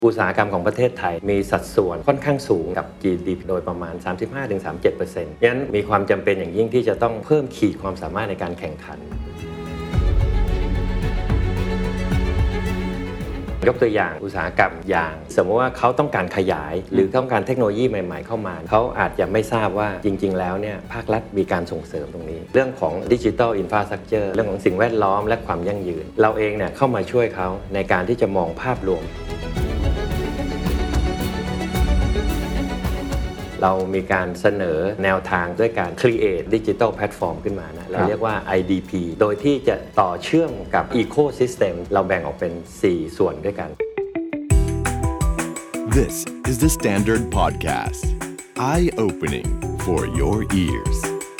อุตสาหกรรมของประเทศไทยมีสัดส่วนค่อนข้างสูงกับ GDP โดยประมาณ 35-37% งั้นมีความจำเป็นอย่างยิ่งที่จะต้องเพิ่มขีดความสามารถในการแข่งขันยกตัวอย่างอุตสาหกรรมอย่างสมมติว่าเขาต้องการขยายหรือต้องการเทคโนโลยีใหม่ๆเข้ามาเขาอาจจะไม่ทราบว่าจริงๆแล้วเนี่ยภาครัฐมีการส่งเสริมตรงนี้เรื่องของดิจิทัลอินฟราสตรัคเจอร์เรื่องของสิ่งแวดล้อมและความยั่งยืนเราเองเนี่ยเข้ามาช่วยเขาในการที่จะมองภาพรวมเรามีการเสนอแนวทางด้วยการ create digital platform ขึ้นมานะเราเรียกว่า IDP โดยที่จะต่อเชื่อมกับ ecosystem เราแบ่งออกเป็น 4 ส่วนด้วยกัน This is the Standard Podcast Eye-opening for your ears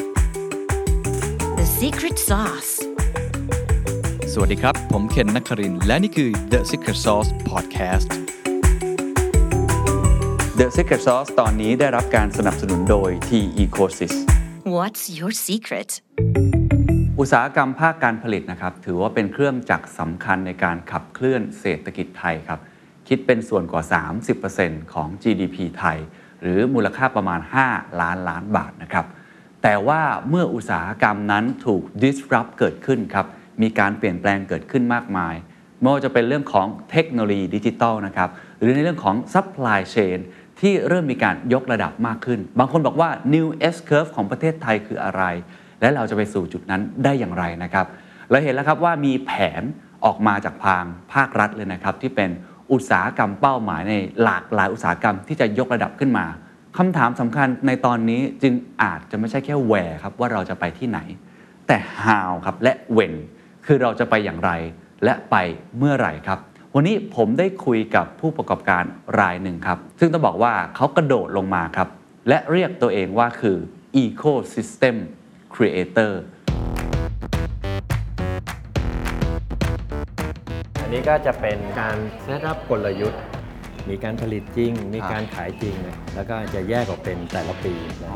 The Secret Sauce สวัสดีครับผมเคนนักครินทร์และนี่คือ The Secret Sauce Podcast The Secret Sauce ตอนนี้ได้รับการสนับสนุนโดย T-Ecosys What's your secret อุตสาหกรรมภาคการผลิตนะครับถือว่าเป็นเครื่องจักรสำคัญในการขับเคลื่อนเศรษฐกิจไทยครับคิดเป็นส่วนกว่า 30% ของ GDP ไทยหรือมูลค่าประมาณ5 ล้านบาทนะครับแต่ว่าเมื่ออุตสาหกรรมนั้นถูก disrupt เกิดขึ้นครับมีการเปลี่ยนแปลงเกิดขึ้นมากมายไม่ว่าจะเป็นเรื่องของเทคโนโลยีดิจิทัลนะครับหรือในเรื่องของ supply chainที่เริ่มมีการยกระดับมากขึ้นบางคนบอกว่า New S-curve ของประเทศไทยคืออะไรและเราจะไปสู่จุดนั้นได้อย่างไรนะครับเราเห็นแล้วครับว่ามีแผนออกมาจากภาครัฐเลยนะครับที่เป็นอุตสาหกรรมเป้าหมายในหลากหลายอุตสาหกรรมที่จะยกระดับขึ้นมาคำถามสำคัญในตอนนี้จึงอาจจะไม่ใช่แค่ where ครับว่าเราจะไปที่ไหนแต่ how ครับและ when คือเราจะไปอย่างไรและไปเมื่อไหร่ครับวันนี้ผมได้คุยกับผู้ประกอบการรายหนึ่งครับซึ่งต้องบอกว่าเขากระโดดลงมาครับและเรียกตัวเองว่าคือ Ecosystem Creator อันนี้ก็จะเป็นการเซตอัพกลยุทธ์มีการผลิตจริงมีการขายจริงนะแล้วก็จะแยกออกเป็นแต่ละปีนะ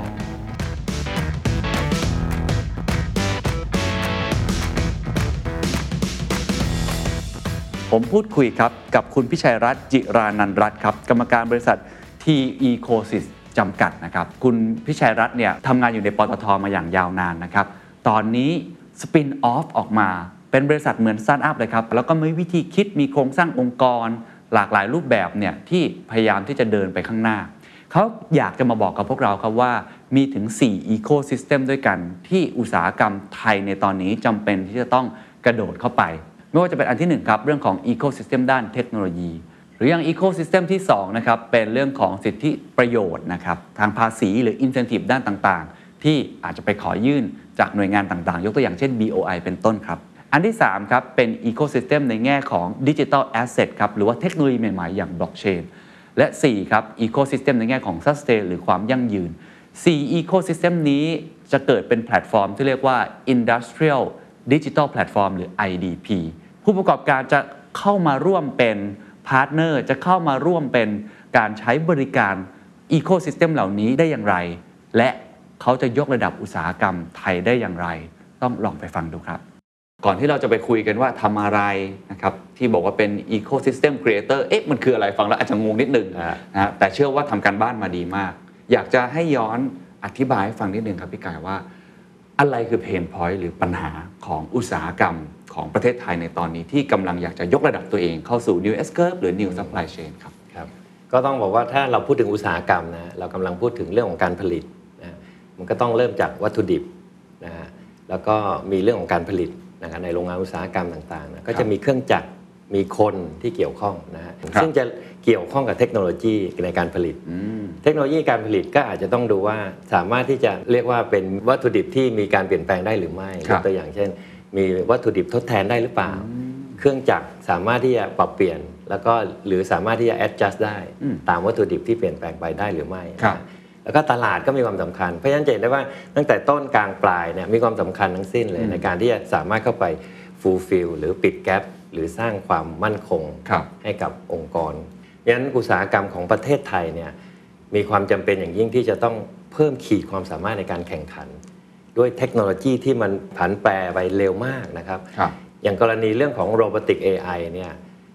ผมพูดคุยครับกับคุณพิชัยรัตน์จิรานันท์รัตน์ครับกรรมการบริษัท T-Ecosys จำกัดนะครับคุณพิชัยรัตน์เนี่ยทำงานอยู่ในปตท.มาอย่างยาวนานนะครับตอนนี้สปินออฟออกมาเป็นบริษัทเหมือนสตาร์ทอัพเลยครับแล้วก็มีวิธีคิดมีโครงสร้างองค์กรหลากหลายรูปแบบเนี่ยที่พยายามที่จะเดินไปข้างหน้าเขาอยากจะมาบอกกับพวกเราครับว่ามีถึง4 Ecosystem ด้วยกันที่อุตสาหกรรมไทยในตอนนี้จำเป็นที่จะต้องกระโดดเข้าไปไม่ว่าจะเป็นอันที่1ครับเรื่องของ Ecosystem ด้านเทคโนโลยีหรืออย่าง Ecosystem ที่2นะครับเป็นเรื่องของสิทธิประโยชน์นะครับทางภาษีหรือ Incentive ด้านต่างๆที่อาจจะไปขอยื่นจากหน่วยงานต่างๆยกตัวอย่างเช่น BOI เป็นต้นครับอันที่3ครับเป็น Ecosystem ในแง่ของ Digital Asset ครับหรือว่าเทคโนโลยีใหม่ๆอย่าง Blockchain และ4ครับ Ecosystem ในแง่ของ Sustain หรือความยั่งยืน4 Ecosystem นี้จะเกิดเป็นแพลตฟอร์มที่เรียกว่า Industrial Digital Platform หรือ IDP ผู้ประกอบการจะเข้ามาร่วมเป็นพาร์ทเนอร์จะเข้ามาร่วมเป็นการใช้บริการ Ecosystem เหล่านี้ได้อย่างไรและเขาจะยกระดับอุตสาหกรรมไทยได้อย่างไรต้องลองไปฟังดูครับก่อนที่เราจะไปคุยกันว่าทำอะไรนะครับที่บอกว่าเป็น Ecosystem Creator มันคืออะไรฟังแล้วอาจจะงงนิดนึงนะแต่เชื่อว่าทำการบ้านมาดีมากอยากจะให้ย้อนอธิบายให้ฟังนิดนึงครับพี่กายว่าอะไรคือเพนพอยต์หรือปัญหาของอุตสาหกรรมของประเทศไทยในตอนนี้ที่กำลังอยากจะยกระดับตัวเองเข้าสู่ New S-curve หรือ New Supply Chain ครับก็ต้องบอกว่าถ้าเราพูดถึงอุตสาหกรรมนะเรากำลังพูดถึงเรื่องของการผลิตนะมันก็ต้องเริ่มจากวัตถุดิบนะฮะแล้วก็มีเรื่องของการผลิตนะครับในโรงงานอุตสาหกรรมต่างๆนะก็จะมีเครื่องจักรมีคนที่เกี่ยวข้องนะฮะซึ่งจะเกี่ยวข้องกับเทคโนโลยีในการผลิตเทคโนโลยีการผลิตก็อาจจะต้องดูว่าสามารถที่จะเรียกว่าเป็นวัตถุดิบที่มีการเปลี่ยนแปลงได้หรือไม่ยกตัวอย่างเช่นมีวัตถุดิบทดแทนได้หรือเปล่าเครื่องจักรสามารถที่จะปรับเปลี่ยนแล้วก็หรือสามารถที่จะ adjust ได้ตามวัตถุดิบที่เปลี่ยนแปลงไปได้หรือไม่แล้วก็ตลาดก็มีความสำคัญเพราะฉะนั้นจะเห็นได้ว่าตั้งแต่ต้นกลางปลายเนี่ยมีความสำคัญทั้งสิ้นเลยในการที่จะสามารถเข้าไป fulfill หรือปิดแกปหรือสร้างความมั่นคงให้กับองค์กรงั้นอุตสาหกรรมของประเทศไทยเนี่ยมีความจำเป็นอย่างยิ่งที่จะต้องเพิ่มขีดความสามารถในการแข่งขันด้วยเทคโนโลยีที่มันผันแปรไปเร็วมากนะครับอย่างกรณีเรื่องของ Robotic AI เนี่ย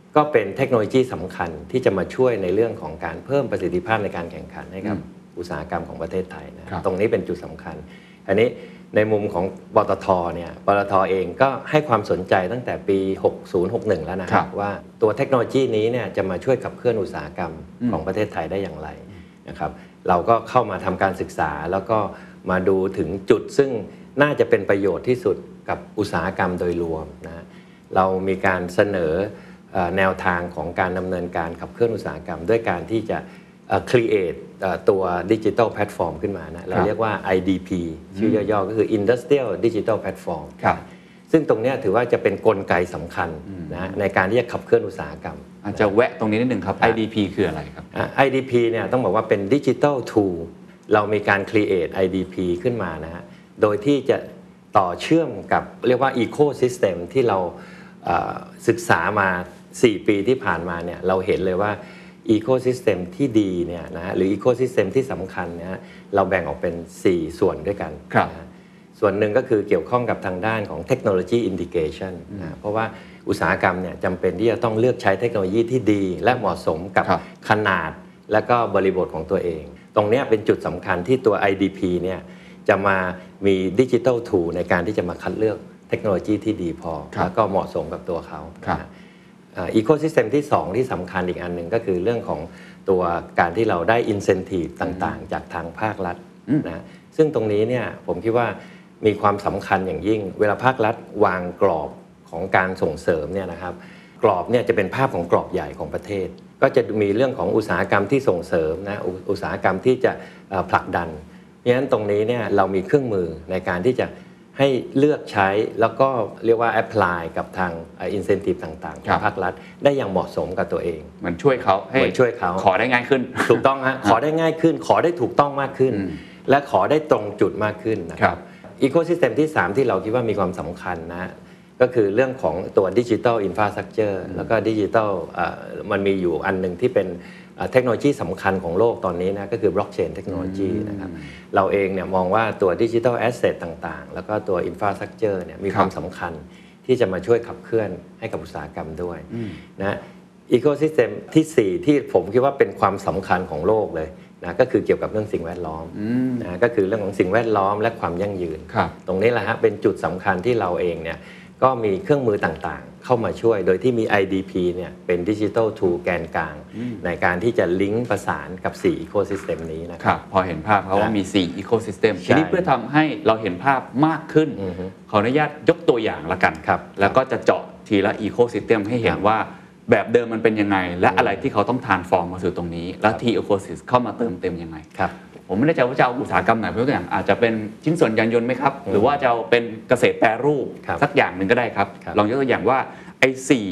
ก็เป็นเทคโนโลยีสำคัญที่จะมาช่วยในเรื่องของการเพิ่มประสิทธิภาพในการแข่งขันให้กับอุตสาหกรรมของประเทศไทยนะตรงนี้เป็นจุดสำคัญอันนี้ในมุมของปตทเนี่ยปตทเองก็ให้ความสนใจตั้งแต่ปี 60-61 แล้วนะครับว่าตัวเทคโนโลยีนี้เนี่ยจะมาช่วยขับเคลื่อนอุตสาหกรรมของประเทศไทยได้อย่างไรนะครับเราก็เข้ามาทำการศึกษาแล้วก็มาดูถึงจุดซึ่งน่าจะเป็นประโยชน์ที่สุดกับอุตสาหกรรมโดยรวมนะเรามีการเสนอแนวทางของการดำเนินการขับเคลื่อนอุตสาหกรรมด้วยการที่จะcreate ตัวดิจิทัลแพลตฟอร์มขึ้นมานะเราเรียกว่า IDP ชื่อย่อๆก็คือ Industrial Digital Platform ซึ่งตรงนี้ถือว่าจะเป็นกลไกสำคัญนะในการที่จะขับเคลื่อนอุตสาหกรรมอาจจะแวะตรงนี้นิดนึงครับ IDP คืออะไรครับ IDP เนี่ยต้องบอกว่าเป็น Digital Tool เรามีการ create IDP ขึ้นมานะฮะโดยที่จะต่อเชื่อมกับเรียกว่า Ecosystem ที่เราศึกษามา4 ปีที่ผ่านมาเนี่ยเราเห็นเลยว่าEcosystem ที่ดีเนี่ยนะหรือ Ecosystem ที่สำคัญเนี่ยเราแบ่งออกเป็น4ส่วนด้วยกันนะส่วนหนึ่งก็คือเกี่ยวข้องกับทางด้านของ Technology Integration นะเพราะว่าอุตสาหกรรมเนี่ยจำเป็นที่จะต้องเลือกใช้เทคโนโลยีที่ดีและเหมาะสมกับขนาดและก็บริบทของตัวเองตรงนี้เป็นจุดสำคัญที่ตัว IDP เนี่ยจะมามี Digital Tool ในการที่จะมาคัดเลือกเทคโนโลยีที่ดีพอแล้วก็เหมาะสมกับตัวเขาอีโคซิสเต็มที่2ที่สำคัญอีกอันหนึ่งก็คือเรื่องของตัวการที่เราได้ incentive ต่างๆจากทางภาครัฐนะซึ่งตรงนี้เนี่ยผมคิดว่ามีความสำคัญอย่างยิ่งเวลาภาครัฐวางกรอบของการส่งเสริมเนี่ยนะครับกรอบเนี่ยจะเป็นภาพของกรอบใหญ่ของประเทศก็จะมีเรื่องของอุตสาหกรรมที่ส่งเสริมนะอุตสาหกรรมที่จะผลักดันเพราะฉะนั้นตรงนี้เนี่ยเรามีเครื่องมือในการที่จะให้เลือกใช้แล้วก็เรียกว่า apply กับทาง incentive ต่างๆของภาครัฐได้อย่างเหมาะสมกับตัวเองเหมือนช่วยเขาให้ขอได้ง่ายขึ้นถูกต้องฮะขอได้ง่ายขึ้นขอได้ถูกต้องมากขึ้นและขอได้ตรงจุดมากขึ้นนะครับ ecosystem ที่3ที่เราคิดว่ามีความสำคัญนะก็คือเรื่องของตัว digital infrastructure แล้วก็ digital มันมีอยู่อันนึงที่เป็นเทคโนโลยีสำคัญของโลกตอนนี้นะก็คือ blockchain technology นะครับเราเองเนี่ยมองว่าตัว digital asset ต่างๆแล้วก็ตัว infrastructure เนี่ยมีความสำคัญที่จะมาช่วยขับเคลื่อนให้กับอุตสาหกรรมด้วยนะ ecosystem ที่4ที่ผมคิดว่าเป็นความสำคัญของโลกเลยนะก็คือเกี่ยวกับเรื่องสิ่งแวดล้อมนะก็คือเรื่องของสิ่งแวดล้อมและความยั่งยืนตรงนี้แหละฮะเป็นจุดสำคัญที่เราเองเนี่ยก็มีเครื่องมือต่างๆเข้ามาช่วยโดยที่มี IDP เนี่ยเป็น Digital Tool แกนกลางในการที่จะลิงก์ประสานกับ4 Ecosystem นี้นะครับพอเห็นภาพเพราะว่ามี4 Ecosystem ทีนี้เพื่อทำให้เราเห็นภาพมากขึ้นขออนุญาตยกตัวอย่างละกันแล้วก็จะเจาะทีละ Ecosystem ให้เห็นว่าแบบเดิมมันเป็นยังไงและอะไรที่เขาต้องtransformมาสู่ตรงนี้แล้ว T Ecosystem เข้ามาเติมเต็มยังไงผมไม่แน่ใจว่าจะเอาอุตสาหกรรมไหนตัวอย่างอาจจะเป็นชิ้นส่วนยานยนต์ไหมครับหรือว่าจะเอาเป็นเกษตรแปรรูปสักอย่างหนึ่งก็ได้ครับลองยกตัวอย่างว่าไอ้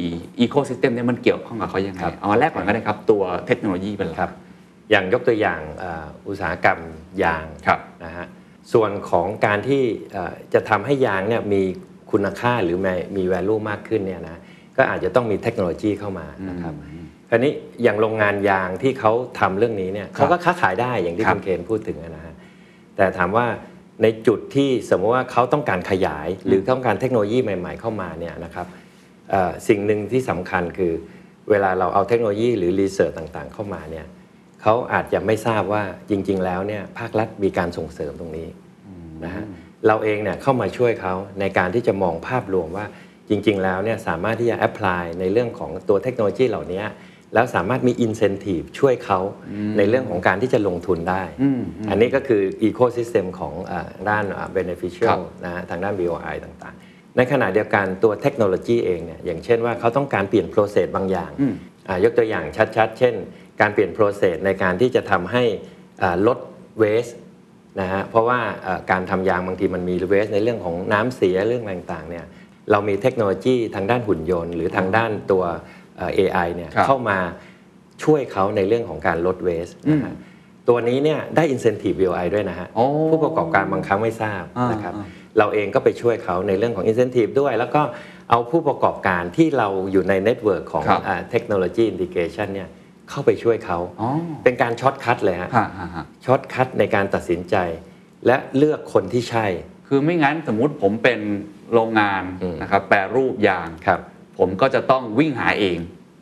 4 Ecosystem เนี่ยมันเกี่ยวข้องกับเขายังไงเอาแรกก่อนก็ได้ครับตัวเทคโนโลยีเป็นครับอย่างยกตัวอย่างอุตสาหกรรมยางนะฮะส่วนของการที่จะทำให้ยางเนี่ยมีคุณค่าหรือมี value มากขึ้นเนี่ยนะก็อาจจะต้องมีเทคโนโลยีเข้ามานะครับคราวนี้อย่างโรงงานยางที่เขาทำเรื่องนี้เนี่ยเขาก็ค้าขายได้อย่างที่คุณเคนพูดถึงนะฮะแต่ถามว่าในจุดที่สมมติว่าเขาต้องการขยายหรือต้องการเทคโนโลยีใหม่ๆเข้ามาเนี่ยนะครับสิ่งหนึ่งที่สำคัญคือเวลาเราเอาเทคโนโลยีหรือรีเสิร์ชต่างๆเข้ามาเนี่ยเขาอาจจะไม่ทราบว่าจริงๆแล้วเนี่ยภาครัฐมีการส่งเสริมตรงนี้นะฮะเราเองเนี่ยเข้ามาช่วยเขาในการที่จะมองภาพรวมว่าจริงๆแล้วเนี่ยสามารถที่จะแอพพลายในเรื่องของตัวเทคโนโลยีเหล่านี้แล้วสามารถมี incentive ช่วยเขาในเรื่องของการที่จะลงทุนได้อันนี้ก็คือ ecosystem ของด้าน beneficial นะทางด้าน BOI ต่างๆในขณะเดียวกันตัวเทคโนโลยีเองเนี่ยอย่างเช่นว่าเขาต้องการเปลี่ยน process บางอย่างยกตัวอย่างชัดๆเช่นการเปลี่ยน process ในการที่จะทำให้ลด waste นะฮะเพราะว่าการทำยางบางทีมันมี waste ในเรื่องของน้ำเสียเรื่องต่างๆเนี่ยเรามีเทคโนโลยีทางด้านหุ่นยนต์หรือทางด้านตัวAI เนี่ยเข้ามาช่วยเขาในเรื่องของการลดเวสนะฮะตัวนี้เนี่ยได้ incentive BOI ด้วยนะฮะผู้ประกอบการบางครั้งไม่ทราบนะครับเราเองก็ไปช่วยเขาในเรื่องของ incentive ด้วยแล้วก็เอาผู้ประกอบการที่เราอยู่ในเน็ตเวิร์กของเทคโนโลยีอินทิเกชันเนี่ยเข้าไปช่วยเขาเป็นการช็อตคัทเลยฮะช็อตคัทในการตัดสินใจและเลือกคนที่ใช่คือไม่งั้นสมมุติผมเป็นโรงงานนะครับแปรรูปยางผมก็จะต้องวิ่งหาเอง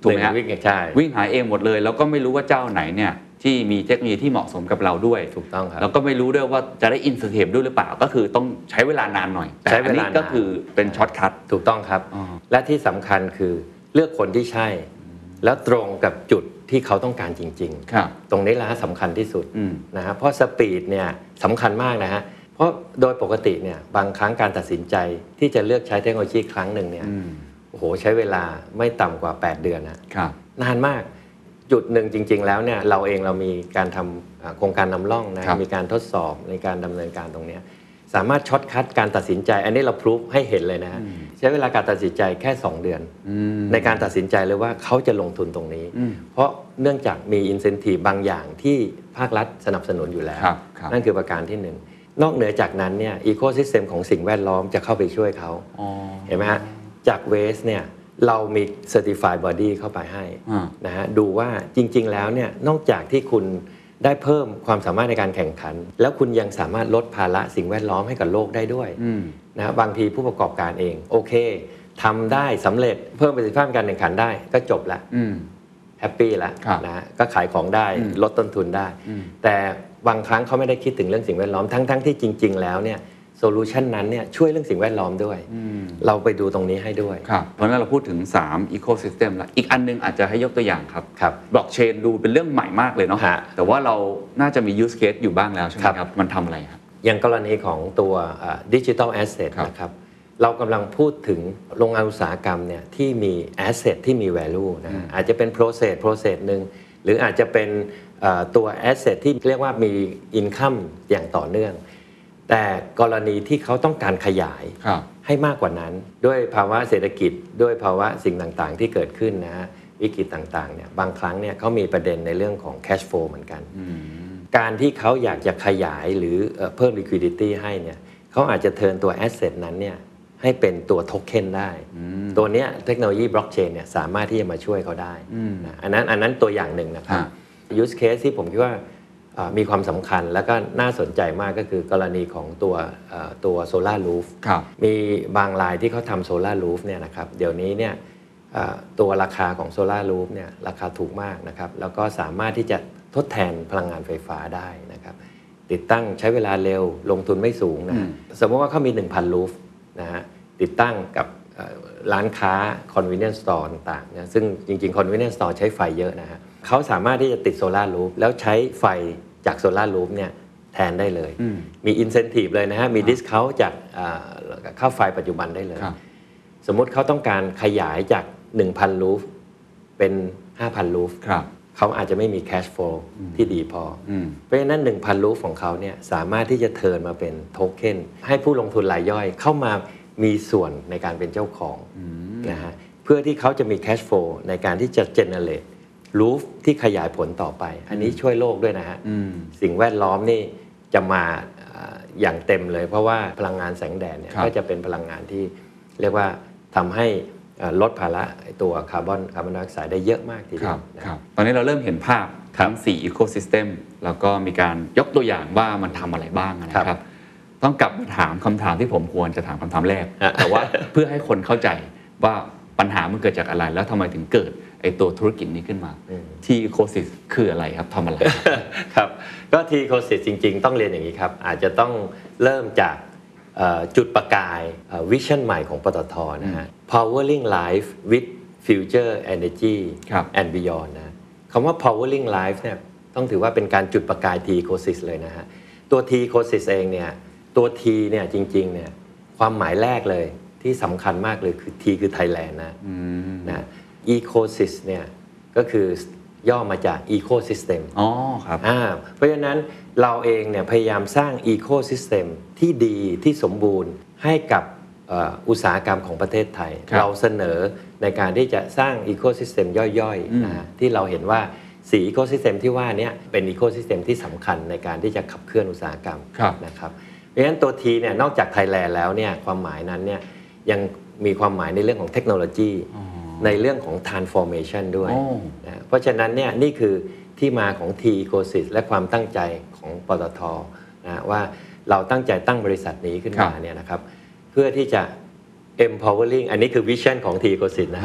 ถูกไหมฮะวิ่งใช่วิ่งหาเองหมดเลยแล้วก็ไม่รู้ว่าเจ้าไหนเนี่ยที่มีเทคโนโลยีที่เหมาะสมกับเราด้วยถูกต้องครับแล้วก็ไม่รู้ด้วยว่าจะได้อินเซนทีฟด้วยหรือเปล่าก็คือต้องใช้เวลานานหน่อยแต่ใช้อัเวน ลานี้นานก็คือเป็นช็อตคัทถูกต้องครับอ๋อและที่สำคัญคือเลือกคนที่ใช่ แล้วตรงกับจุดที่เขาต้องการจริงครับๆ ตรงนี้แหละสำคัญที่สุดอืมนะฮะเพราะสปีดเนี่ยสำคัญมากนะฮะเพราะโดยปกติเนี่ยบางครั้งการตัดสินใจที่จะเลือกใช้เทคโนโลยีครั้งหนึ่งเนี่ยโอ้โหใช้เวลาไม่ต่ำกว่า 8 เดือนนะครับ นานมากจุดหนึ่งจริง ๆ แล้วเนี่ยเราเองเรามีการทำโครงการนำร่องนะครับ มีการทดสอบในการดำเนินการตรงเนี้ยสามารถช็อตคัทการตัดสินใจ อันนี้เราพรูฟให้เห็นเลยนะฮะใช้เวลาการตัดสินใจแค่ 2 เดือน ในการตัดสินใจเลยว่าเขาจะลงทุนตรงนี้ เพราะเนื่องจากมีอินเซนティブบางอย่างที่ภาครัฐสนับสนุนอยู่แล้วครับครับนั่นคือประการที่หนึ่งนอกเหนือจากนั้นเนี่ยอีโคซิสเต็มของสิ่งแวดล้อมจะเข้าไปช่วยเขาอ๋อเห็นไหมฮะจากเวสเนี่ยเรามี Certified Body เข้าไปให้อ่านะฮะดูว่าจริง ๆ แล้วเนี่ยนอกจากที่คุณได้เพิ่มความสามารถในการแข่งขัน แล้วคุณยังสามารถลดภาระสิ่งแวดล้อมให้กับโลกได้ด้วยนะฮะบางทีผู้ประกอบการเองโอเคทำได้สำเร็จเพิ่มประสิทธิภาพการแข่งขันได้ก็จบละแฮปปี้แล้วครับนะฮะก็ขายของได้ลดต้นทุนได้ แต่บางครั้งเขาไม่ได้คิดถึงเรื่องสิ่งแวดล้อมทั้งที่จริง ๆ แล้วเนี่ยโซลูชันนั้นเนี่ยช่วยเรื่องสิ่งแวดล้อมด้วย เราไปดูตรงนี้ให้ด้วยครับเพราะฉะนั้นเราพูดถึง3 ecosystem แล้วอีกอันนึงอาจจะให้ยกตัวอย่างครับครับบล็อกเชนดูเป็นเรื่องใหม่มากเลยเนาะฮะแต่ว่าเราน่าจะมี use case อยู่บ้างแล้วใช่ไหมครับครับมันทำอะไรครับอย่างกรณีของตัวดิจิทัลแอสเซทครับนะครับเรากำลังพูดถึงโรงงานอุตสาหกรรมเนี่ยที่มีแอสเซทที่มี value นะฮะอาจจะเป็น process หนึ่งหรืออาจจะเป็นตัวแอสเซทที่เรียกว่ามี income อย่างต่อเนื่อง แต่กรณีที่เขาต้องการขยายครับให้มากกว่านั้นด้วยภาวะเศรษฐกิจด้วยภาวะสิ่งต่างๆที่เกิดขึ้นนะฮะวิกฤตต่างๆเนี่ยบางครั้งเนี่ยเขามีประเด็นในเรื่องของ cash flow เหมือนกัน การที่เขาอยากจะขยายหรือเพิ่ม liquidity ให้เนี่ยเขาอาจจะเทิร์นตัว asset นั้นเนี่ยให้เป็นตัวโทเค็นได้ ตัวเนี้ยเทคโนโลยีบล็อกเชนเนี่ยสามารถที่จะมาช่วยเขาได้นะอันนั้นตัวอย่างหนึ่งนะครับ use case ที่ผมคิดว่ามีความสำคัญแล้วก็น่าสนใจมากก็คือกรณีของตัวโซลาร์รูฟครับมีบางรายที่เขาทำโซลาร์รูฟเนี่ยนะครับเดี๋ยวนี้เนี่ยตัวราคาของโซลาร์รูฟเนี่ยราคาถูกมากนะครับแล้วก็สามารถที่จะทดแทนพลังงานไฟฟ้าได้นะครับติดตั้งใช้เวลาเร็วลงทุนไม่สูงนะสมมติว่าเขามี 1,000 รูฟนะฮะติดตั้งกับร้านค้า convenience store ต่างๆนะซึ่งจริงๆ convenience store ใช้ไฟเยอะนะฮะเขาสามารถที่จะติดโซลาร์รูฟแล้วใช้ไฟจากโซลาร์รูฟเนี่ยแทนได้เลยมี incentive เลยนะฮะมี discount จากค่าไฟปัจจุบันได้เลยครับสมมุติเขาต้องการขยายจาก 1,000 รูฟเป็น 5,000 รูฟครับเขาอาจจะไม่มี cash flow ที่ดีพออเพราะฉะนั้น 1,000 รูฟของเขาเนี่ยสามารถที่จะเทิร์นมาเป็นโทเค็นให้ผู้ลงทุนรายย่อยเข้ามามีส่วนในการเป็นเจ้าของนะฮะเพื่อที่เขาจะมี cash flow ในการที่จะ generate รูฟที่ขยายผลต่อไป อันนี้ช่วยโลกด้วยนะฮะสิ่งแวดล้อมนี่จะมาอย่างเต็มเลย เพราะว่าพลังงานแสงแดดเนี่ยครับก็จะเป็นพลังงานที่เรียกว่าทำให้ลดภาระตัวคาร์บอนไดออกไซด์ได้เยอะมากทีเดีครัยวบนะครับตอนนี้เราเริ่มเห็นภาพทั้ง4 ecosystem แล้วก็มีการยกตัวอย่างว่ามันทำอะไรบ้างนะครับ ต้องกลับมาถามคำถามที่ผมควรจะถามคำถามแรก แต่ว่าเพื่อให้คนเข้าใจว่าปัญหามันเกิดจากอะไร แล้วทำไมถึงเกิดไอ้ตัวธุรกิจนี้ขึ้นมาที่ Ecosis คืออะไรครับทำอะไรครับก็ทีโคสิสจริงๆ ต้องเรียนอย่างนี้ครับ อาจจะต้องเริ่มจากจุดประกายวิชั่นใหม่ของปตทนะฮะ powering life with future energy ครับ and beyond นะคำว่า powering life เนี่ยต้องถือว่าเป็นการจุดประกายทีโคสิสเลยนะฮะตัวทีโคสิสเองเนี่ยตัว T เนี่ยจริงๆเนี่ยความหมายแรกเลยที่สำคัญมากเลยคือ T คือ Thailand นะ Ecosys เนี่ยก็คือย่อมาจาก Ecosystem อ๋อครับเพราะฉะนั้นเราเองเนี่ยพยายามสร้าง Ecosystem ที่ดีที่สมบูรณ์ให้กับอุตสาหกรรมของประเทศไทยครับเราเสนอในการที่จะสร้าง Ecosystem ย่อยๆนะฮะที่เราเห็นว่า4 Ecosystem ที่ว่านี้เป็น Ecosystem ที่สำคัญในการที่จะขับเคลื่อนอุตสาหกรรมครับนะครับเพราะฉะนั้นตัว T เนี่ยนอกจาก Thailand แล้วเนี่ยความหมายนั้นเนี่ยยังมีความหมายในเรื่องของเทคโนโลยีในเรื่องของ transformation ด้วยโอ้นะเพราะฉะนั้นเนี่ยนี่คือที่มาของ T Ecosis และความตั้งใจของปตทนะว่าเราตั้งใจตั้งบริษัทนี้ขึ้นมาเนี่ยนะครับเพื่อที่จะ empowering อันนี้คือวิชั่นของ T Ecosis นะฮะ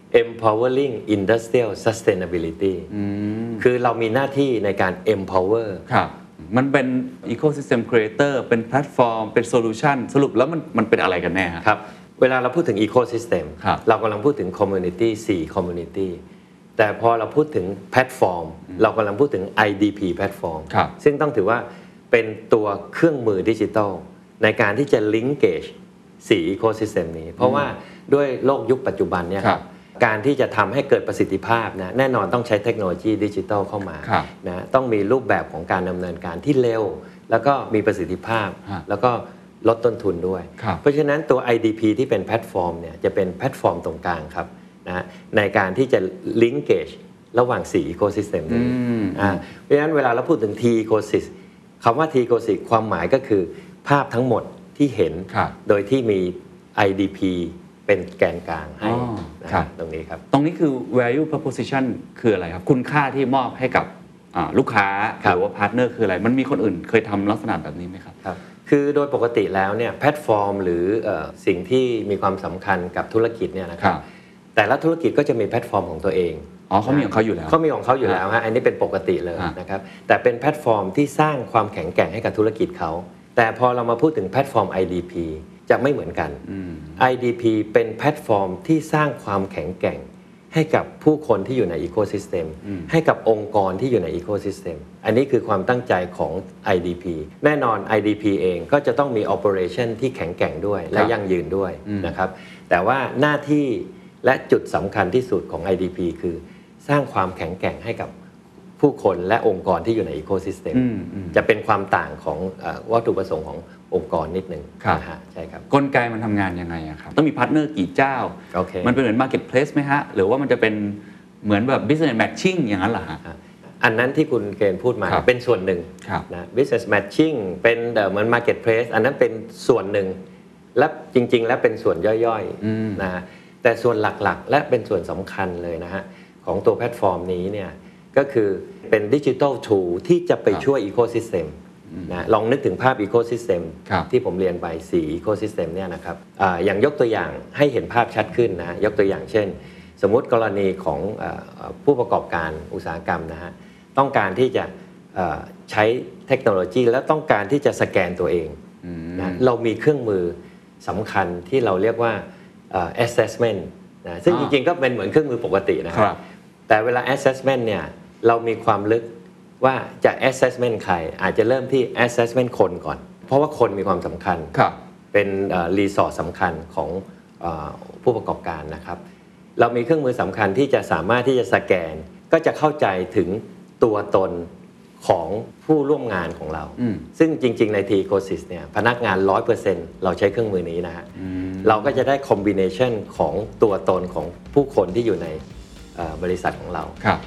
empowering industrial sustainability คือเรามีหน้าที่ในการ empower ครับมันเป็น ecosystem creator เป็นแพลตฟอร์มเป็นโซลูชันสรุปแล้วมันเป็นอะไรกันแน่ครับเวลาเราพูดถึง ecosystem เรากำลังพูดถึง community 4 community แต่พอเราพูดถึงแพลตฟอร์มเรากำลังพูดถึง IDP แพลตฟอร์มซึ่งต้องถือว่าเป็นตัวเครื่องมือดิจิทัลในการที่จะ linkage 4 ecosystem นี้เพราะว่าด้วยโลกยุคปัจจุบันเนี่ยครับการที่จะทำให้เกิดประสิทธิภาพนะแน่นอนต้องใช้เทคโนโลยีดิจิทัลเข้ามานะต้องมีรูปแบบของการดำเนินการที่เร็วแล้วก็มีประสิทธิภาพแล้วก็ลดต้นทุนด้วยเพราะฉะนั้นตัว IDP ที่เป็นแพลตฟอร์มเนี่ยจะเป็นแพลตฟอร์มตรงกลางครับนะในการที่จะ linkage ระหว่าง4 ecosystem นี้เพราะฉะนั้นเวลาเราพูดถึง T ecosystem คำว่า T ecosystem ความหมายก็คือภาพทั้งหมดที่เห็นโดยที่มี IDP เป็นแกนกลางให้ตรงนี้ครับตรงนี้คือ value proposition คืออะไรครับคุณค่าที่มอบให้กับลูกค้าหรือว่าพาร์ทเนอร์คืออะไรมันมีคนอื่นเคยทำลักษณะแบบนี้ไหมครับคือโดยปกติแล้วเนี่ยแพลตฟอร์มหรือสิ่งที่มีความสำคัญกับธุรกิจเนี่ยนะครับแต่ละธุรกิจก็จะมีแพลตฟอร์มของตัวเองเขามีของเขาอยู่แล้วเขามีของเขาอยู่แล้วฮะอันนี้เป็นปกติเลยนะครับแต่เป็นแพลตฟอร์มที่สร้างความแข็งแกร่งให้กับธุรกิจเขาแต่พอเรามาพูดถึงแพลตฟอร์ม IDP จะไม่เหมือนกัน IDP เป็นแพลตฟอร์มที่สร้างความแข็งแกร่งให้กับผู้คนที่อยู่ในอีโคซิสเต็มให้กับองค์กรที่อยู่ในอีโคซิสเต็มอันนี้คือความตั้งใจของ IDP แน่นอน IDP เองก็จะต้องมี operation ที่แข็งแกร่งด้วยและยั่งยืนด้วยนะครับแต่ว่าหน้าที่และจุดสำคัญที่สุดของ IDP คือสร้างความแข็งแกร่งให้กับผู้คนและองค์กรที่อยู่ในอีโคซิสเต็มจะเป็นความต่างของวัตถุประสงค์ขององค์กรนิดนึงนะฮะใช่ครับกลไกมันทำงานยังไงครับต้องมีพาร์ทเนอร์กี่เจ้า มันเป็นเหมือน marketplace ไหมฮะหรือว่ามันจะเป็นเหมือนแบบ business matching อย่างนั้นเหรอฮะอันนั้นที่คุณเกณฑ์พูดมาเป็นส่วนหนึ่งนะ business matching เป็นเหมือน marketplace อันนั้นเป็นส่วนหนึ่งและจริงๆแล้วเป็นส่วนย่อยๆนะฮะแต่ส่วนหลักๆและเป็นส่วนสำคัญเลยนะฮะของตัวแพลตฟอร์มนี้เนี่ยก็คือเป็นดิจิทัลทูลที่จะไปช่วยอีโคซิสเต็มนะลองนึกถึงภาพอีโคซิสเต็มที่ผมเรียนไป4อีโคซิสเต็มเนี่ยนะครับอย่างยกตัวอย่างให้เห็นภาพชัดขึ้นนะยกตัวอย่างเช่นสมมุติกรณีของผู้ประกอบการอุตสาหกรรมนะฮะต้องการที่จะใช้เทคโนโลยีและต้องการที่จะสแกนตัวเองนะเรามีเครื่องมือสำคัญที่เราเรียกว่า assessment นะซึ่งจริงๆก็เป็นเหมือนเครื่องมือปกตินะครับแต่เวลา assessment เนี่ยเรามีความลึกว่าจะ assessment ใครอาจจะเริ่มที่ assessment คนก่อนเพราะว่าคนมีความสำคัญเป็นresource สำคัญของผู้ประกอบการนะครับเรามีเครื่องมือสำคัญที่จะสามารถที่จะสแกนก็จะเข้าใจถึงตัวตนของผู้ร่วมงานของเราซึ่งจริงๆใน T-Ecosys เนี่ยพนักงาน 100% เราใช้เครื่องมือนี้นะฮะเราก็จะได้ combination ของตัวตนของผู้คนที่อยู่ในบริษัทของเรา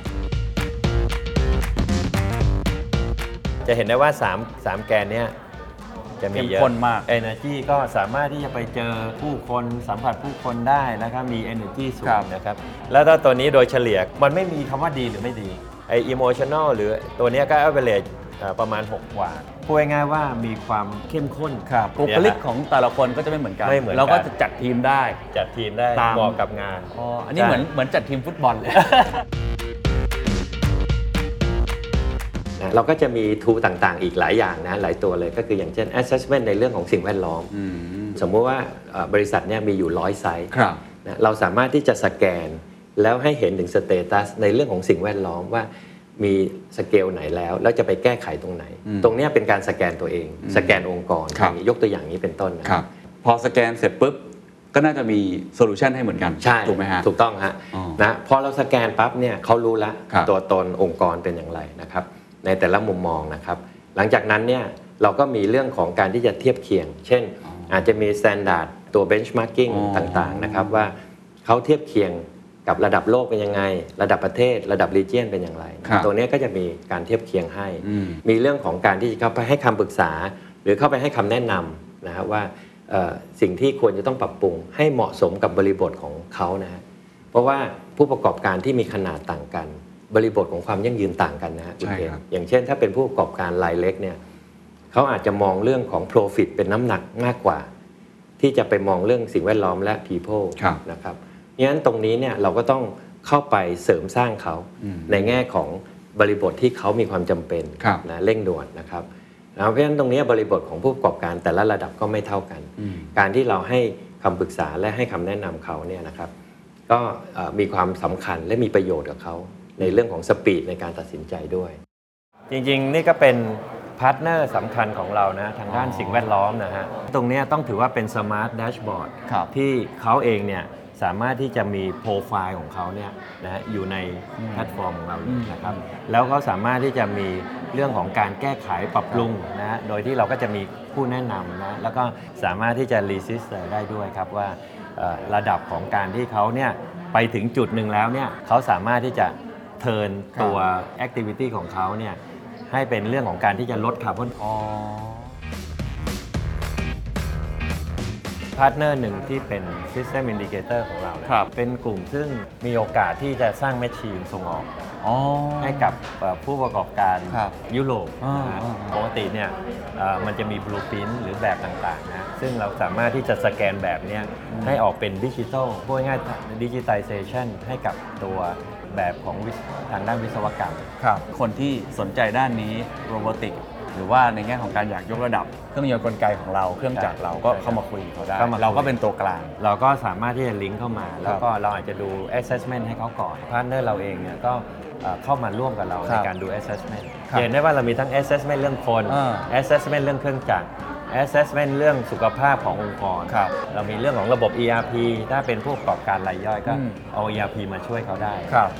จะเห็นได้ว่า3แกนเนี้ยจะมีเยอะ Energy ก็สามารถที่จะไปเจอผู้คนสัมผัสผู้คนได้นะครับมี Energy สูงนะครับแล้วถ้าตัวนี้โดยเฉลี่ยมันไม่มีคำว่าดีหรือไม่ดีไอ้ Emotional หรือตัวนี้ก็ average ประมาณ6 กว่าพูดง่ายๆว่ามีความเข้มข้นบุคลิกของแต่ละคนก็จะไม่เหมือนกันเราก็จะจัดทีมได้เหมาะกับงานอันนี้เหมือนจัดทีมฟุตบอลเลยเราก็จะมี tool ต่างๆอีกหลายอย่างนะหลายตัวเลยก็คืออย่างเช่น assessment ในเรื่องของสิ่งแวดล้อมสมมติว่าบริษัทเนี่ยมีอยู่100ไซต์นะเราสามารถที่จะสแกนแล้วให้เห็นถึง status ในเรื่องของสิ่งแวดล้อมว่ามีสเกลไหนแล้วจะไปแก้ไขตรงไหนตรงนี้เป็นการสแกนตัวเองสแกนองค์กรยกตัวอย่างนี้เป็นต้นนะครับพอสแกนเสร็จปุ๊บก็น่าจะมีโซลูชันให้เหมือนกันถูกไหมฮะถูกต้องฮะนะพอเราสแกนปั๊บเนี่ยเขารู้ละตัวตนองค์กรเป็นอย่างไรนะครับในแต่ละมุมมองนะครับหลังจากนั้นเนี่ยเราก็มีเรื่องของการที่จะเทียบเคียงเช่นอาจจะมี standard ตัว benchmarking ต่างๆนะครับว่าเขาเทียบเคียงกับระดับโลกเป็นยังไงระดับประเทศระดับ region เป็นอย่างไรตัวนี้ก็จะมีการเทียบเคียงให้มีเรื่องของการที่จะเข้าไปให้คำปรึกษาหรือเข้าไปให้คำแนะนำนะครับว่าสิ่งที่ควรจะต้องปรับปรุงให้เหมาะสมกับบริบทของเขานะฮะเพราะว่าผู้ประกอบการที่มีขนาดต่างกันบริบทของความยั่งยืนต่างกันนะฮะอย่างเช่นถ้าเป็นผู้ประกอบการรายเล็กเนี่ยเขาอาจจะมองเรื่องของ profit เป็นน้ำหนักมากกว่าที่จะไปมองเรื่องสิ่งแวดล้อมและ people นะครับงั้นตรงนี้เนี่ยเราก็ต้องเข้าไปเสริมสร้างเขาในแง่ของบริบทที่เขามีความจำเป็นนะเร่งด่วนนะครับเพราะฉะนั้นตรงนี้บริบทของผู้ประกอบการแต่ละระดับก็ไม่เท่ากันการที่เราให้คำปรึกษาและให้คำแนะนำเขาเนี่ยนะครับก็มีความสำคัญและมีประโยชน์กับเขาในเรื่องของสปีดในการตัดสินใจด้วยจริงๆนี่ก็เป็นพาร์ทเนอร์สำคัญของเรานะทางด้านสิ่งแวดล้อมนะฮะตรงนี้ต้องถือว่าเป็นสมาร์ทแดชบอร์ดที่เขาเองเนี่ยสามารถที่จะมีโปรไฟล์ของเขาเนี่ยนะอยู่ในแพลตฟอร์มของเรานะครับแล้วเขาสามารถที่จะมีเรื่องของการแก้ไขปรับปรุงนะฮะโดยที่เราก็จะมีผู้แนะนำนะแล้วก็สามารถที่จะรีซิสได้ด้วยครับว่าระดับของการที่เขาเนี่ยไปถึงจุดหนึ่งแล้วเนี่ยเขาสามารถที่จะเทิร์นตัวแอคทิวิตี้ของเขาเนี่ยให้เป็นเรื่องของการที่จะลดคาร์บอนพาร์ทเนอร์หนึ่งที่เป็น System Indicator ของเราเป็นกลุ่มซึ่งมีโอกาสที่จะสร้างแมชชีนส่งออกให้กับผู้ประกอบการยุโรปปกติเนี่ยมันจะมีบลูพรินท์หรือแบบต่างๆนะซึ่งเราสามารถที่จะสแกนแบบนี้ให้ออกเป็นดิจิทัลพูดง่ายๆดิจิทัลเซชันให้กับตัวแบบของทางด้านวิศวกรรมคนที่สนใจด้านนี้โรบอติกหรือว่าในแง่ของการอยากยกระดับเครื่องยนต์กลไกของเราเครื่องจักรเราก็เข้ามาคุยกับเขาได้เราก็เป็นตัวกลางเราก็สามารถที่จะลิงก์เข้ามาแล้วก็เราอาจจะดู assessment ให้เขาก่อนพาร์ทเนอร์เราเองเนี่ยก็เข้ามาร่วมกับเราในการดู assessment เห็นได้ว่าเรามีทั้ง assessment เรื่องคน assessment เรื่องเครื่องจักร assessment เรื่องสุขภาพขององค์กรเรามีเรื่องของระบบ ERP ถ้าเป็นผู้ประกอบการรายย่อยก็เอา ERP มาช่วยเขาได้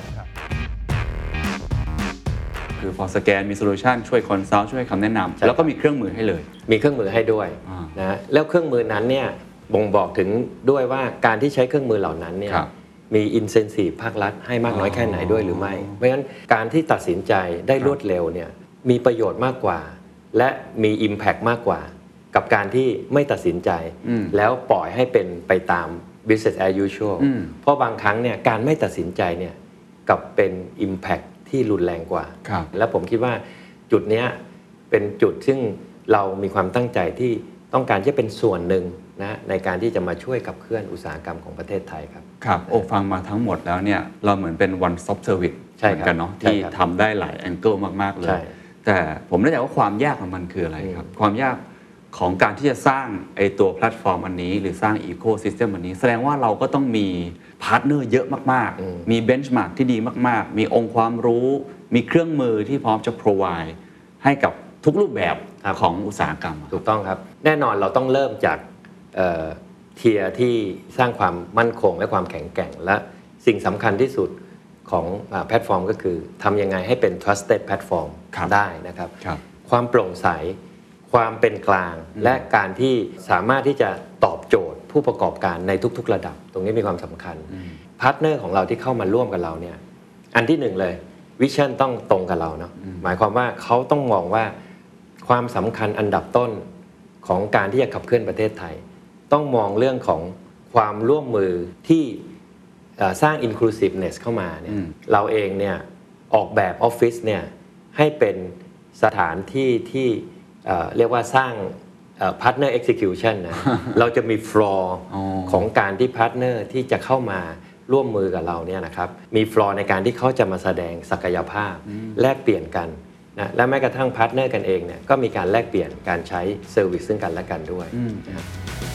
คือพอสแกนมีโซลูชันช่วยคอนซัลท์ช่วยคำแนะนำแล้วก็มีเครื่องมือให้เลยมีเครื่องมือให้ด้วยนะแล้วเครื่องมือนั้นเนี่ยบ่งบอกถึงด้วยว่าการที่ใช้เครื่องมือเหล่านั้นเนี่ยมีอินเซนซีฟภาครัฐให้มากน้อยแค่ไหนด้วยหรือไม่เพราะฉะนั้นการที่ตัดสินใจได้รวดเร็วเนี่ยมีประโยชน์มากกว่าและมี Impact มากกว่ากับการที่ไม่ตัดสินใจแล้วปล่อยให้เป็นไปตาม business as usual เพราะบางครั้งเนี่ยการไม่ตัดสินใจเนี่ยกับเป็น Impactที่รุนแรงกว่าและผมคิดว่าจุดนี้เป็นจุดซึ่งเรามีความตั้งใจที่ต้องการจะเป็นส่วนหนึ่งนะในการที่จะมาช่วยขับเคลื่อนอุตสาหกรรมของประเทศไทยครับครับฟังมาทั้งหมดแล้วเนี่ยเราเหมือนเป็น one stop service เหมือนกันเนาะที่ทำได้หลายแองเกิลมากๆเลยแต่ผมไม่แน่ใจว่าความยากของมันคืออะไรครับความยากของการที่จะสร้างไอ้ตัวแพลตฟอร์มอันนี้หรือสร้างอีโคซิสเต็มอันนี้แสดงว่าเราก็ต้องมีพาร์ทเนอร์เยอะมากๆมีเบนช์มาร์กที่ดีมากๆมีองค์ความรู้มีเครื่องมือที่พร้อมจะ provide ให้กับทุกรูปแบบของอุตสาหกรรมถูกต้องครับแน่นอนเราต้องเริ่มจากเทียร์ที่สร้างความมั่นคงและความแข็งแกร่งและสิ่งสำคัญที่สุดของแพลตฟอร์มก็คือทำยังไงให้เป็น trusted platform ได้นะครับความโปร่งใสความเป็นกลางและการที่สามารถที่จะตอบโจทย์ผู้ประกอบการในทุกๆระดับตรงนี้มีความสำคัญพาร์ทเนอร์ของเราที่เข้ามาร่วมกับเราเนี่ยอันที่หนึ่งเลยวิชั่นต้องตรงกับเราเนาะหมายความว่าเขาต้องมองว่าความสำคัญอันดับต้นของการที่จะขับเคลื่อนประเทศไทยต้องมองเรื่องของความร่วมมือที่สร้าง inclusiveness เข้ามาเนี่ยเราเองเนี่ยออกแบบออฟฟิศเนี่ยให้เป็นสถานที่ที่เรียกว่าสร้างpartner execution นะ เราจะมี floor ของการที่ partner ที่จะเข้ามาร่วมมือกับเราเนี่ยนะครับมี floor ในการที่เขาจะมาแสดงศักยภาพแลกเปลี่ยนกันนะและแม้กระทั่ง partner กันเองเนี่ยก็มีการแลกเปลี่ยนการใช้ service ซึ่งกันและกันด้วยนะ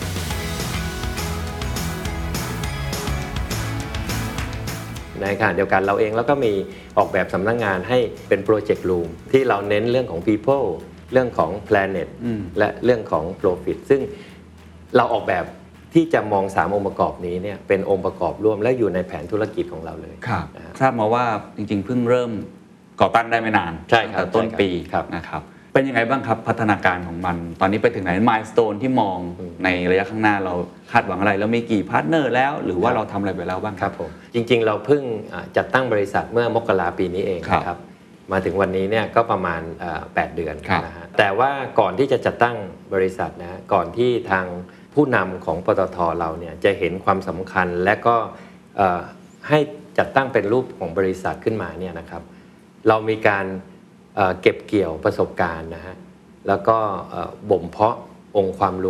ในขณะเดียวกันเราเองแล้วก็มีออกแบบสำนักงานให้เป็น project room ที่เราเน้นเรื่องของ peopleเรื่องของ planet และเรื่องของ profit ซึ่งเราออกแบบที่จะมอง3องค์ประกอบนี้เนี่ยเป็นองค์ประกอบร่วมและอยู่ในแผนธุรกิจของเราเลยครับทราบมาว่าจริงๆเพิ่งเริ่มก่อตั้งได้ไม่นานใช่ครับต้นปีนะครับเป็นยังไงบ้างครับพัฒนาการของมันตอนนี้ไปถึงไหน milestone ที่มองในระยะข้างหน้าเราคาดหวังอะไรแล้วมีกี่พาร์ทเนอร์แล้วหรือว่าเราทำอะไรไปแล้วบ้างครับผมจริงๆเราเพิ่งจัดตั้งบริษัทเมื่อมกราปีนี้เองนะครับมาถึงวันนี้เนี่ยก็ประมาณ8เดือนนะฮะแต่ว่าก่อนที่จะจัดตั้งบริษัทนะก่อนที่ทางผู้นำของปตท.เราเนี่ยจะเห็นความสำคัญและก็ให้จัดตั้งเป็นรูปของบริษัทขึ้นมาเนี่ยนะครับเรามีการเก็บเกี่ยวประสบการณ์นะฮะแล้วก็บ่มเพาะองค์ความรู้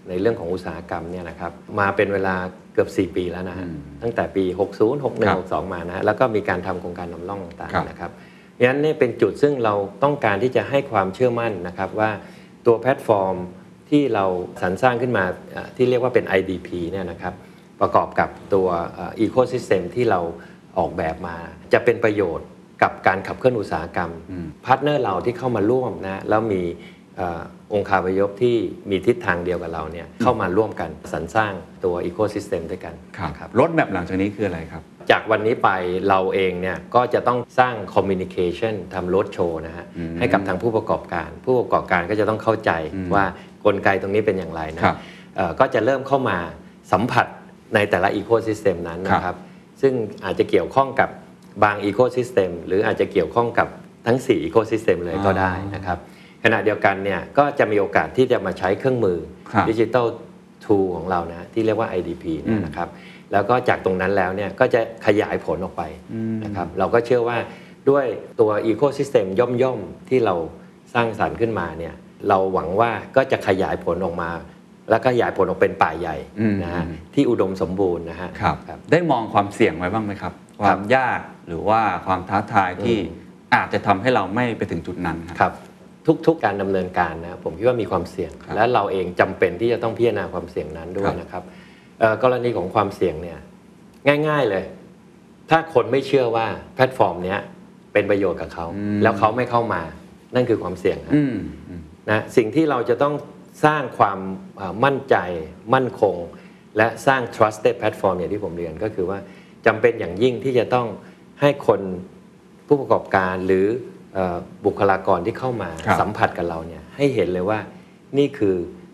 ในเรื่องของอุตสาหกรรมเนี่ยนะครับมาเป็นเวลาเกือบ4 ปีแล้วนะฮะตั้งแต่ปี 60 61 62 มานะแล้วก็มีการทำโครงการนำร่องต่างๆนะครับงั้นนี่เป็นจุดซึ่งเราต้องการที่จะให้ความเชื่อมั่นนะครับว่าตัวแพลตฟอร์มที่เราสรรสร้างขึ้นมาที่เรียกว่าเป็น IDP เนี่ยนะครับประกอบกับตัวEcosystem ที่เราออกแบบมาจะเป็นประโยชน์กับการขับเคลื่อนอุตสาหกรรมพาร์ทเนอร์เราที่เข้ามาร่วมนะแล้วมีองค์คาพยพที่มีทิศทางเดียวกับเราเนี่ยเข้ามาร่วมกันสรรสร้างตัว Ecosystem ด้วยกันครับรถแมพหลังจากนี้คืออะไรครับจากวันนี้ไปเราเองเนี่ยก็จะต้องสร้าง Communication ทำ Road Show นะฮะให้กับทางผู้ประกอบการก็จะต้องเข้าใจว่ากลไกตรงนี้เป็นอย่างไรนะก็จะเริ่มเข้ามาสัมผัสในแต่ละ Ecosystem นั้นนะครับซึ่งอาจจะเกี่ยวข้องกับบาง Ecosystem หรืออาจจะเกี่ยวข้องกับทั้ง4 Ecosystem เลยก็ได้นะครับขณะเดียวกันเนี่ยก็จะมีโอกาสที่จะมาใช้เครื่องมือ Digital Tool ของเรานะที่เรียกว่า IDP นะครับแล้วก็จากตรงนั้นแล้วเนี่ยก็จะขยายผลออกไปนะครับเราก็เชื่อว่าด้วยตัว Ecosystem ย่อมๆที่เราสร้างสรรค์ขึ้นมาเนี่ยเราหวังว่าก็จะขยายผลออกมาแล้วก็ขยายผลออกเป็นป่าใหญ่นะฮะที่อุดมสมบูรณ์นะฮะได้มองความเสี่ยงไว้บ้างไหมครับความยากหรือว่าความท้าทายที่อาจจะทำให้เราไม่ไปถึงจุดนั้นครับทุกๆการดำเนินการนะผมคิดว่ามีความเสี่ยงและเราเองจำเป็นที่จะต้องพิจารณาความเสี่ยงนั้นด้วยนะครับกรณีของความเสี่ยงเนี่ยง่ายๆเลยถ้าคนไม่เชื่อว่าแพลตฟอร์มนี้เป็นประโยชน์กับเขาแล้วเขาไม่เข้ามานั่นคือความเสี่ยงนะสิ่งที่เราจะต้องสร้างความมั่นใจมั่นคงและสร้าง trusted platform อย่างที่ผมเรียนก็คือว่าจำเป็นอย่างยิ่งที่จะต้องให้คนผู้ประกอบการหรือบุคลากรที่เข้ามาสัมผัสกับเราเนี่ยให้เห็นเลยว่านี่คือ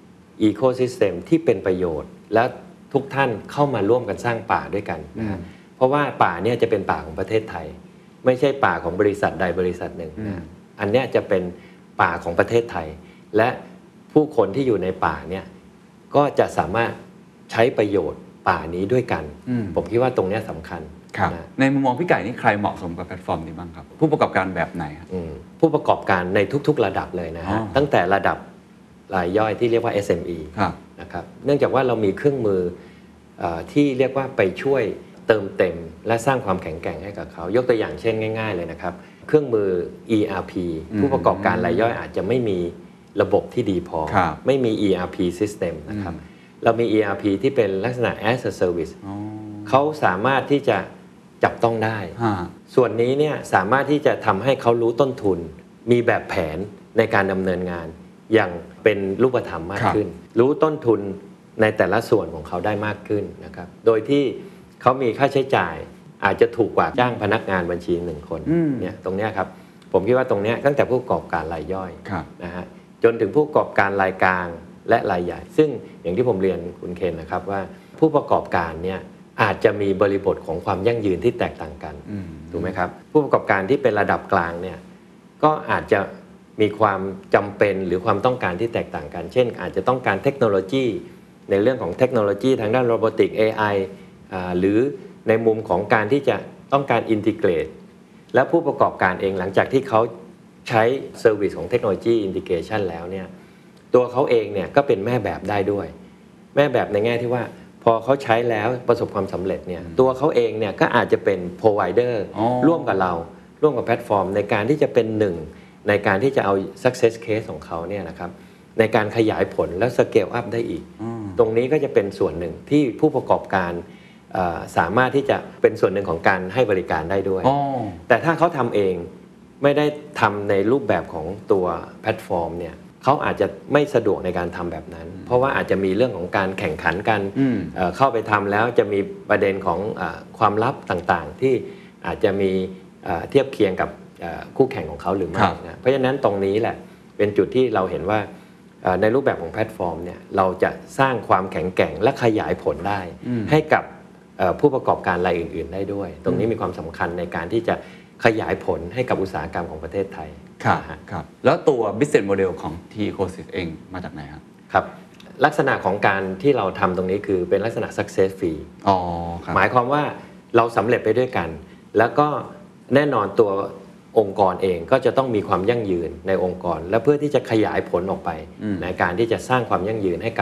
Ecosystem ที่เป็นประโยชน์และทุกท่านเข้ามาร่วมกันสร้างป่าด้วยกันนะเพราะว่าป่าเนี่ยจะเป็นป่าของประเทศไทยไม่ใช่ป่าของบริษัทใดบริษัทหนึ่งนะอันนี้จะเป็นป่าของประเทศไทยและผู้คนที่อยู่ในป่าเนี่ยก็จะสามารถใช้ประโยชน์ป่านี้ด้วยกันผมคิดว่าตรงนี้สำคัญนะในมุมมองพี่ไก่นี่ใครเหมาะสมกับแพลตฟอร์มนี้บ้างครับผู้ประกอบการแบบไหนครับผู้ประกอบการในทุกๆระดับเลยนะฮะตั้งแต่ระดับรายย่อยที่เรียกว่า SME นะครับเนื่องจากว่าเรามีเครื่องมือที่เรียกว่าไปช่วยเติมเต็มและสร้างความแข็งแกร่งให้กับเขายกตัวอย่างเช่นง่ายๆเลยนะครับเครื่องมือ ERP ผู้ประกอบการรายย่อยอาจจะไม่มีระบบที่ดีพอไม่มี ERP system นะครับเรามี ERP ที่เป็นลักษณะ as a service เขาสามารถที่จะจับต้องได้ส่วนนี้เนี่ยสามารถที่จะทำให้เขารู้ต้นทุนมีแบบแผนในการดำเนินงานอย่างเป็นรูปธรรมมากขึ้นรู้ต้นทุนในแต่ละส่วนของเขาได้มากขึ้นนะครับโดยที่เขามีค่าใช้จ่ายอาจจะถูกกว่าจ้างพนักงานบัญชี1 คนเนี่ยตรงนี้ครับผมคิดว่าตรงนี้ตั้งแต่ผู้ประกอบการรายย่อยนะฮะจนถึงผู้ประกอบการรายกลางและรายใหญ่ซึ่งอย่างที่ผมเรียนคุณเคนนะครับว่าผู้ประกอบการเนี่ยอาจจะมีบริบทของความยั่งยืนที่แตกต่างกันถูกไหมครับผู้ประกอบการที่เป็นระดับกลางเนี่ยก็อาจจะมีความจำเป็นหรือความต้องการที่แตกต่างกันเช่นอาจจะต้องการเทคโนโลยีในเรื่องของเทคโนโลยีทางด้านโรบอติก AI หรือในมุมของการที่จะต้องการอินทิเกรตและผู้ประกอบการเองหลังจากที่เขาใช้เซอร์วิสของเทคโนโลยีอินทิเกรชันแล้วเนี่ยตัวเขาเองเนี่ยก็เป็นแม่แบบได้ด้วยแม่แบบในแง่ที่ว่าพอเขาใช้แล้วประสบความสำเร็จเนี่ยตัวเขาเองเนี่ยก็อาจจะเป็น provider ร่วมกับเราร่วมกับแพลตฟอร์มในการที่จะเป็นหนึ่งในการที่จะเอา success case ของเขาเนี่ยนะครับในการขยายผลและ scale up ได้อีกตรงนี้ก็จะเป็นส่วนหนึ่งที่ผู้ประกอบการสามารถที่จะเป็นส่วนหนึ่งของการให้บริการได้ด้วยแต่ถ้าเขาทำเองไม่ได้ทำในรูปแบบของตัวแพลตฟอร์มเนี่ยเขาอาจจะไม่สะดวกในการทำแบบนั้นเพราะว่าอาจจะมีเรื่องของการแข่งขันกันเข้าไปทำแล้วจะมีประเด็นของความลับต่างๆที่อาจจะมีเทียบเคียงกับคู่แข่งของเขาหรือไม่นะเพราะฉะนั้นตรงนี้แหละเป็นจุดที่เราเห็นว่าในรูปแบบของแพลตฟอร์มเนี่ยเราจะสร้างความแข็งแกร่งและขยายผลได้ให้กับผู้ประกอบการรายอื่นๆได้ด้วยตรงนี้มีความสำคัญในการที่จะขยายผลให้กับอุตสาหกรรมของประเทศไทยครับแล้วตัว business model ของ T-Ecosys เองมาจากไหนครับครับลักษณะของการที่เราทำตรงนี้คือเป็นลักษณะ success fee หมายความว่าเราสำเร็จไปด้วยกันแล้วก็แน่นอนตัวองค์กรเองก็จะต้องมีความยั่งยืนในองค์กรและเพื่อที่จะขยายผลออกไปในการที่จะสร้างความยั่งยืนให้กับ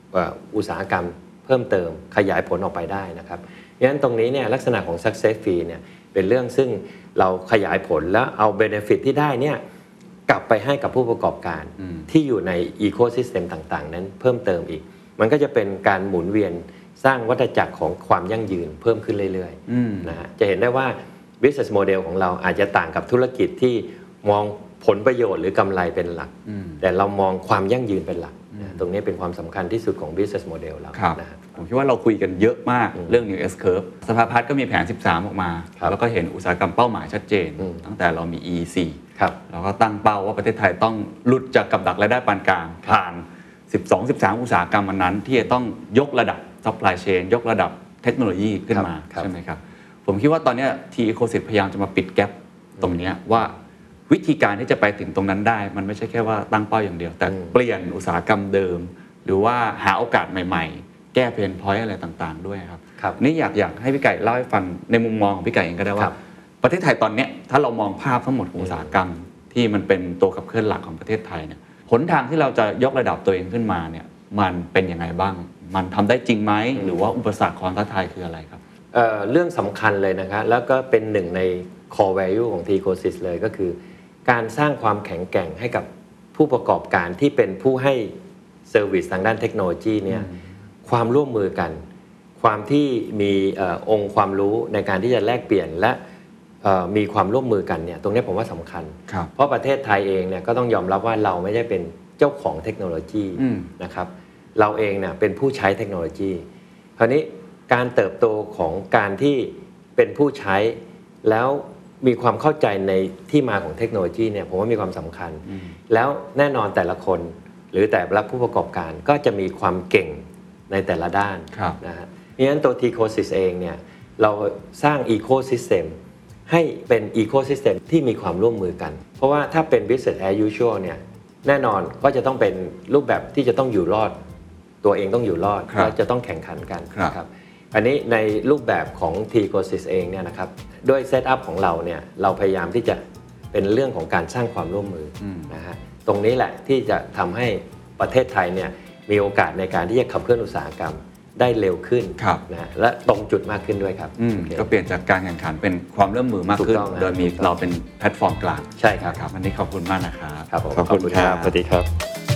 อุตสาหกรรมเพิ่มเติมขยายผลออกไปได้นะครับงั้นตรงนี้เนี่ยลักษณะของ success fee เนี่ยเป็นเรื่องซึ่งเราขยายผลแล้วเอา benefit ที่ได้เนี่ยกลับไปให้กับผู้ประกอบการที่อยู่ใน ecosystem ต่างๆนั้นเพิ่มเติมอีกมันก็จะเป็นการหมุนเวียนสร้างวัฏจักรของความยั่งยืนเพิ่มขึ้นเรื่อยๆนะฮะจะเห็นได้ว่า business model ของเราอาจจะต่างกับธุรกิจที่มองผลประโยชน์หรือกำไรเป็นหลักแต่เรามองความยั่งยืนเป็นหลักนะตรงนี้เป็นความสำคัญที่สุดของ business model เรานะฮะผมคิดว่าเราคุยกันเยอะมากเรื่อง New S Curve สภาพัฒน์ก็มีแผน13ออกมาแล้วก็เห็นอุตสาหกรรมเป้าหมายชัดเจนตั้งแต่เรามี EEC เราก็ตั้งเป้าว่าประเทศไทยต้องหลุดจากกับดักรายได้ปานกลางผ่าน12-13 อุตสาหกรรมมันนั้นที่จะต้องยกระดับ supply chain ยกระดับเทคโนโลยีขึ้นมาใช่ไหมครับผมคิดว่าตอนนี้ T-Ecosys พยายามจะมาปิดแกปตรงนี้ว่าวิธีการที่จะไปถึงตรงนั้นได้มันไม่ใช่แค่ว่าตั้งเป้าอย่างเดียวแต่เปลี่ยนอุตสาหกรรมเดิมหรือว่าหาโอกาสใหม่ๆแก้เพนพอยต์อะไรต่างๆด้วยครับนี่อยากให้พี่ไก่เล่าให้ฟังในมุมมองของพี่ไก่เองก็ได้ว่าประเทศไทยตอนนี้ถ้าเรามองภาพทั้งหมดของอุตสาหกรรมที่มันเป็นตัวขับเคลื่อนหลักของประเทศไทยเนี่ยหนทางที่เราจะยกระดับตัวเองขึ้นมาเนี่ยมันเป็นยังไงบ้างมันทำได้จริงไหมหรือว่าอุปสรรคความท้าทายคืออะไรครับเรื่องสำคัญเลยนะครับแล้วก็เป็นหนึ่งใน core value ของ T-Ecosys เลยก็คือการสร้างความแข็งแกร่งให้กับผู้ประกอบการที่เป็นผู้ให้เซอร์วิสทางด้านเทคโนโลยีเนี่ยความร่วมมือกันความที่มีองค์ความรู้ในการที่จะแลกเปลี่ยนและมีความร่วมมือกันเนี่ยตรงนี้ผมว่าสำคัญเพราะประเทศไทยเองเนี่ยก็ต้องยอมรับว่าเราไม่ได้เป็นเจ้าของเทคโนโลยีนะครับเราเองเนี่ยเป็นผู้ใช้เทคโนโลยีคราวนี้การเติบโตของการที่เป็นผู้ใช้แล้วมีความเข้าใจในที่มาของเทคโนโลยีเนี่ยผมว่ามีความสำคัญแล้วแน่นอนแต่ละคนหรือแต่ละผู้ประกอบการก็จะมีความเก่งในแต่ละด้านนะฮะเพราะฉะนั้นตัว T-Ecosys เองเนี่ยเราสร้าง Ecosystem ให้เป็น Ecosystem ที่มีความร่วมมือกันเพราะว่าถ้าเป็น Business as usual เนี่ยแน่นอนก็จะต้องเป็นรูปแบบที่จะต้องอยู่รอดตัวเองต้องอยู่รอดและจะต้องแข่งขันกันนะครับอันนี้ในรูปแบบของ T-Ecosys เองเนี่ยนะครับด้วยเซตอัพของเราเนี่ยเราพยายามที่จะเป็นเรื่องของการสร้างความร่วมมือนะฮะตรงนี้แหละที่จะทำให้ประเทศไทยเนี่ยมีโอกาสในการที่จะขับเคลื่อนอุตสาหกรรมได้เร็วขึ้นนะและตรงจุดมากขึ้นด้วยครับก็เปลี่ยนจากการแข่งขันเป็นความร่วมมือมากขึ้นโดยมีเราเป็นแพลตฟอร์มกลางใช่ครับวันนี้ขอบคุณมากนะครับขอบคุณครับสวัสดีครับ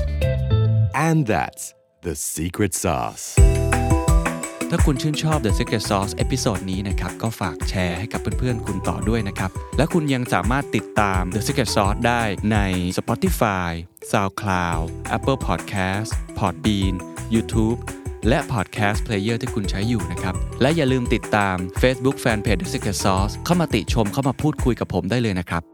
And that's the secret sauce ถ้าคุณชื่นชอบ The Secret Sauce เอพิโซดนี้นะครับก็ฝากแชร์ให้กับเพื่อนๆคุณต่อด้วยนะครับและคุณยังสามารถติดตาม The Secret Sauce ได้ใน Spotify, SoundCloud, Apple Podcast, Podbean, YouTube และ Podcast Player ที่คุณใช้อยู่นะครับและอย่าลืมติดตาม Facebook Fanpage The Secret Sauce เข้ามาติชมเข้ามาพูดคุยกับผมได้เลยนะครับ